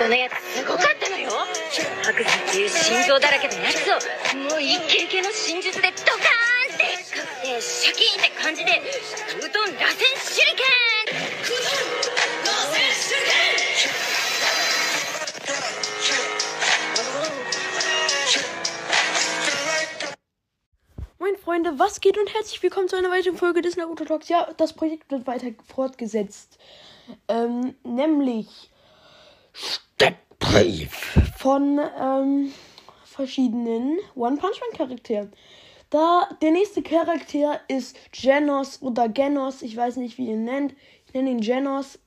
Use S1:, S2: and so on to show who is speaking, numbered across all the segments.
S1: そのやつすごかったのよ。白山っていう心臓だらけのやつをもうイケイケの真術でドカーンってかってシャキーンって感じでうどん螺旋手裏剣。
S2: Moin Freunde, was geht und herzlich willkommen zu einer weiteren Folge des Naruto Talks. Ja, das Projekt wird weiter fortgesetzt. Nämlich Steckbrief von verschiedenen One Punch Man Charakteren. Der nächste Charakter ist Genos oder Genos, ich weiß nicht, wie ihr ihn nennt. Ich nenne ihn Genos.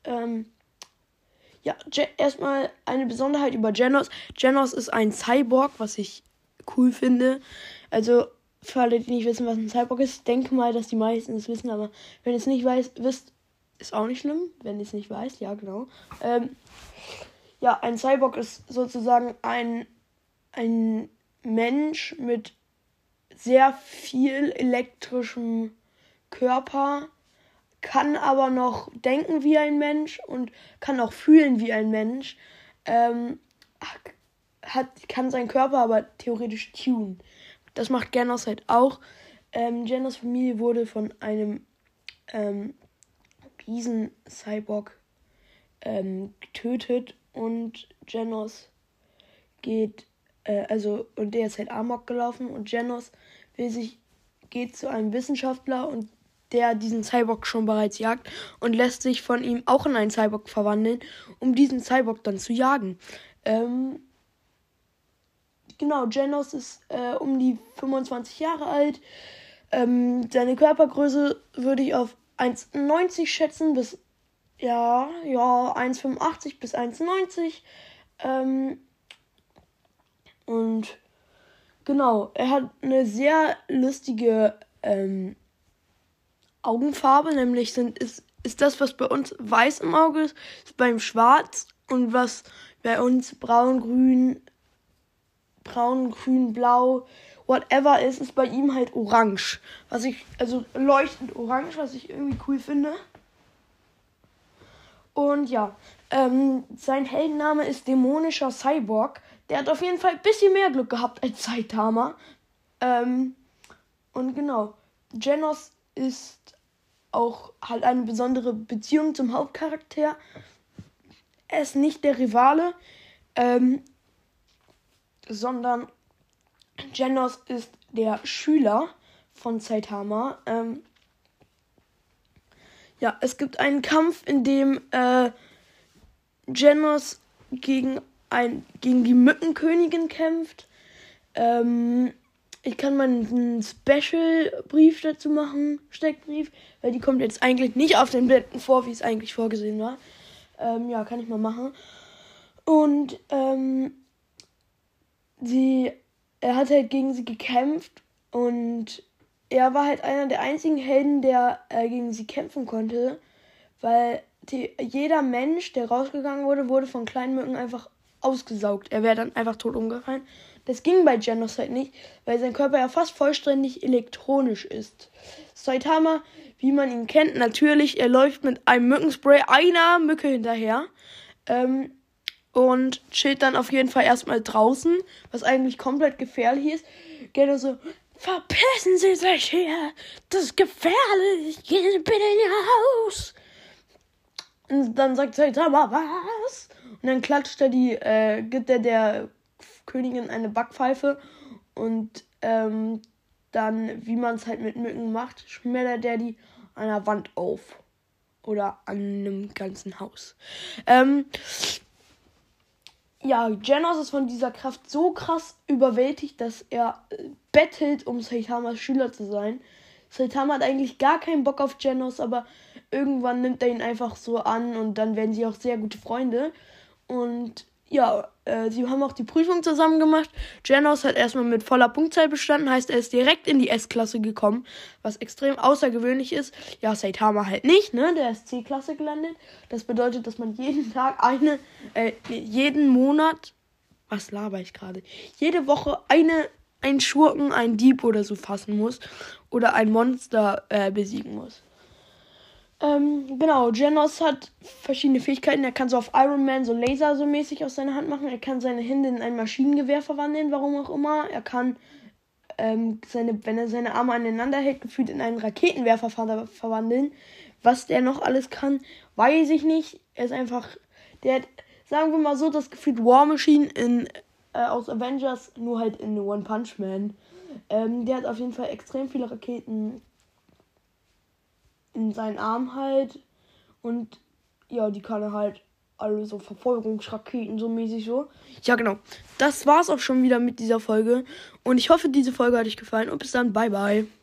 S2: Erstmal eine Besonderheit über Genos. Genos ist ein Cyborg, was ich cool finde. Also, für alle, die nicht wissen, was ein Cyborg ist, ich denke mal, dass die meisten es wissen, aber wenn ihr es nicht wisst, ist auch nicht schlimm. Wenn ihr es nicht weißt, ja, genau. Ein Cyborg ist sozusagen ein Mensch mit sehr viel elektrischem Körper, kann aber noch denken wie ein Mensch und kann auch fühlen wie ein Mensch, kann seinen Körper aber theoretisch tunen. Das macht Genos halt auch. Genos Familie wurde von einem Riesen-Cyborg getötet und Genos geht, und der ist halt Amok gelaufen und Genos geht zu einem Wissenschaftler und der diesen Cyborg schon bereits jagt und lässt sich von ihm auch in einen Cyborg verwandeln, um diesen Cyborg dann zu jagen. Genos ist um die 25 Jahre alt. Seine Körpergröße würde ich auf 1,90 schätzen, bis 1,85 bis 1,90. Er hat eine sehr lustige Augenfarbe, nämlich ist das, was bei uns weiß im Auge ist beim Schwarz und was bei uns braun, grün, blau, whatever ist bei ihm halt orange. Leuchtend orange, was ich irgendwie cool finde. Und ja, sein Heldenname ist Dämonischer Cyborg. Der hat auf jeden Fall ein bisschen mehr Glück gehabt als Saitama. Genos ist auch halt eine besondere Beziehung zum Hauptcharakter. Er ist nicht der Rivale, sondern Genos ist der Schüler von Saitama. Es gibt einen Kampf, in dem Genos gegen die Mückenkönigin kämpft. Ich kann mal einen Special-Brief dazu machen, Steckbrief, weil die kommt jetzt eigentlich nicht auf den Blättern vor, wie es eigentlich vorgesehen war. Kann ich mal machen. Und er hat halt gegen sie gekämpft und er war halt einer der einzigen Helden, der gegen sie kämpfen konnte, weil jeder Mensch, der rausgegangen wurde von kleinen Mücken einfach ausgesaugt. Er wäre dann einfach tot umgefallen. Das ging bei Genos halt nicht, weil sein Körper ja fast vollständig elektronisch ist. Saitama, wie man ihn kennt, natürlich, er läuft mit einem Mückenspray einer Mücke hinterher. Und chillt dann auf jeden Fall erstmal draußen, was eigentlich komplett gefährlich ist. Genos so, verpissen Sie sich hier, das ist gefährlich, gehen Sie bitte in Ihr Haus. Und dann sagt Saitama, was? Und dann klatscht gibt er der Königin eine Backpfeife und dann, wie man es halt mit Mücken macht, schmettert er die an der Wand auf. Oder an einem ganzen Haus. Genos ist von dieser Kraft so krass überwältigt, dass er bettelt, um Saitamas Schüler zu sein. Saitama hat eigentlich gar keinen Bock auf Genos, aber irgendwann nimmt er ihn einfach so an und dann werden sie auch sehr gute Freunde. Und sie haben auch die Prüfung zusammen gemacht. Genos hat erstmal mit voller Punktzahl bestanden, heißt, er ist direkt in die S-Klasse gekommen, was extrem außergewöhnlich ist. Ja, Saitama halt nicht, ne? Der ist C-Klasse gelandet. Das bedeutet, dass man jeden Monat, was laber ich gerade? Jede Woche einen Schurken, einen Dieb oder so fassen muss oder ein Monster besiegen muss. Genau, Genos hat verschiedene Fähigkeiten. Er kann so auf Iron Man so Laser so mäßig aus seiner Hand machen. Er kann seine Hände in ein Maschinengewehr verwandeln, warum auch immer. Er kann, wenn er seine Arme aneinander hält, gefühlt in einen Raketenwerfer verwandeln. Was der noch alles kann, weiß ich nicht. Er ist einfach, der hat, sagen wir mal so, das Gefühl War Machine aus Avengers, nur halt in One Punch Man. Der hat auf jeden Fall extrem viele Raketen in seinen Arm halt. Und ja, die kann er halt alle so Verfolgungsraketen so mäßig so. Ja, genau. Das war's auch schon wieder mit dieser Folge. Und ich hoffe, diese Folge hat euch gefallen. Und bis dann. Bye, bye.